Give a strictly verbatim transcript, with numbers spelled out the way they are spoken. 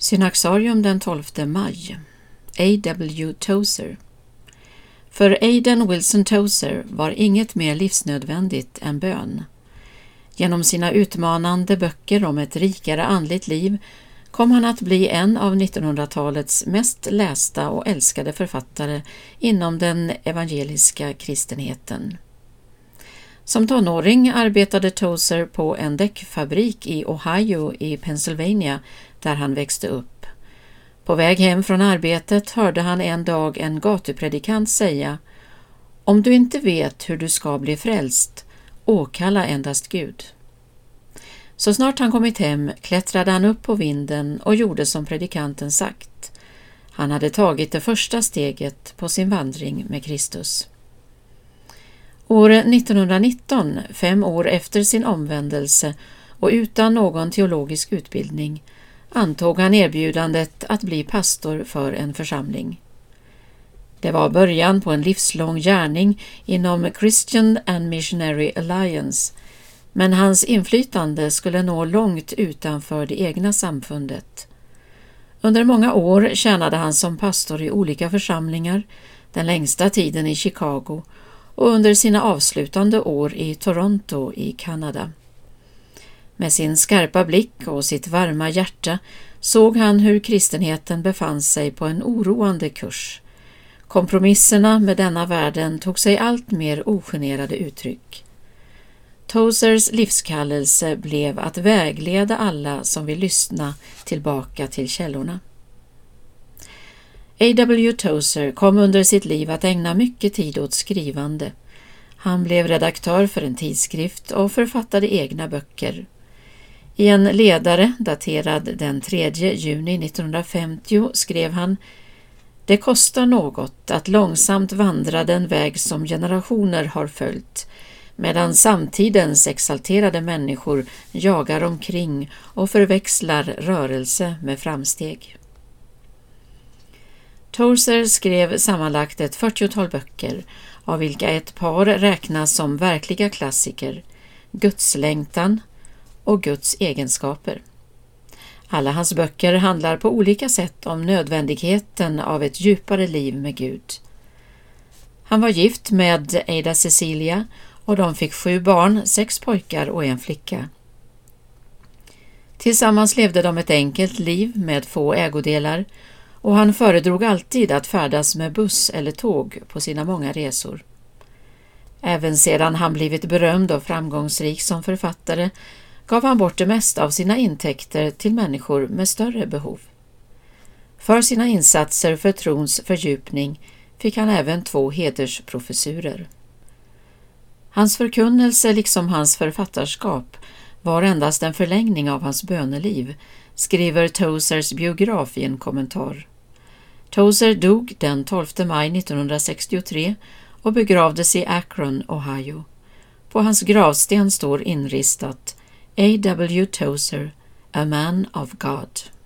Synaxarium den tolfte maj. A W Tozer. För Aidan Wilson Tozer var inget mer livsnödvändigt än bön. Genom sina utmanande böcker om ett rikare andligt liv kom han att bli en av nittonhundratalets mest lästa och älskade författare inom den evangeliska kristenheten. Som tonåring arbetade Tozer på en däckfabrik i Ohio i Pennsylvania där han växte upp. På väg hem från arbetet hörde han en dag en gatupredikant säga: "Om du inte vet hur du ska bli frälst, åkalla endast Gud." Så snart han kommit hem klättrade han upp på vinden och gjorde som predikanten sagt. Han hade tagit det första steget på sin vandring med Kristus. År nittonhundranitton, fem år efter sin omvändelse och utan någon teologisk utbildning, antog han erbjudandet att bli pastor för en församling. Det var början på en livslång gärning inom Christian and Missionary Alliance, men hans inflytande skulle nå långt utanför det egna samfundet. Under många år tjänade han som pastor i olika församlingar, den längsta tiden i Chicago och under sina avslutande år i Toronto i Kanada. Med sin skarpa blick och sitt varma hjärta såg han hur kristenheten befann sig på en oroande kurs. Kompromisserna med denna världen tog sig allt mer ogenerade uttryck. Tozers livskallelse blev att vägleda alla som vill lyssna tillbaka till källorna. A W Tozer kom under sitt liv att ägna mycket tid åt skrivande. Han blev redaktör för en tidskrift och författade egna böcker. I en ledare daterad den tredje juni nittonhundrafemtio skrev han: "Det kostar något att långsamt vandra den väg som generationer har följt, medan samtidens exalterade människor jagar omkring och förväxlar rörelse med framsteg." Tozer skrev sammanlagt ett fyrtiotal böcker, av vilka ett par räknas som verkliga klassiker: Gudslängtan och Guds egenskaper. Alla hans böcker handlar på olika sätt om nödvändigheten av ett djupare liv med Gud. Han var gift med Ada Cecilia och de fick sju barn, sex pojkar och en flicka. Tillsammans levde de ett enkelt liv med få ägodelar, och han föredrog alltid att färdas med buss eller tåg på sina många resor. Även sedan han blivit berömd och framgångsrik som författare gav han bort det mesta av sina intäkter till människor med större behov. För sina insatser för trons fördjupning fick han även två hedersprofessurer. Hans förkunnelse liksom hans författarskap var endast en förlängning av hans böneliv, skriver Tozers biograf i en kommentar. Tozer dog den tolfte maj nittonhundrasextiotre och begravdes i Akron, Ohio. På hans gravsten står inristat: A W Tozer, a man of God.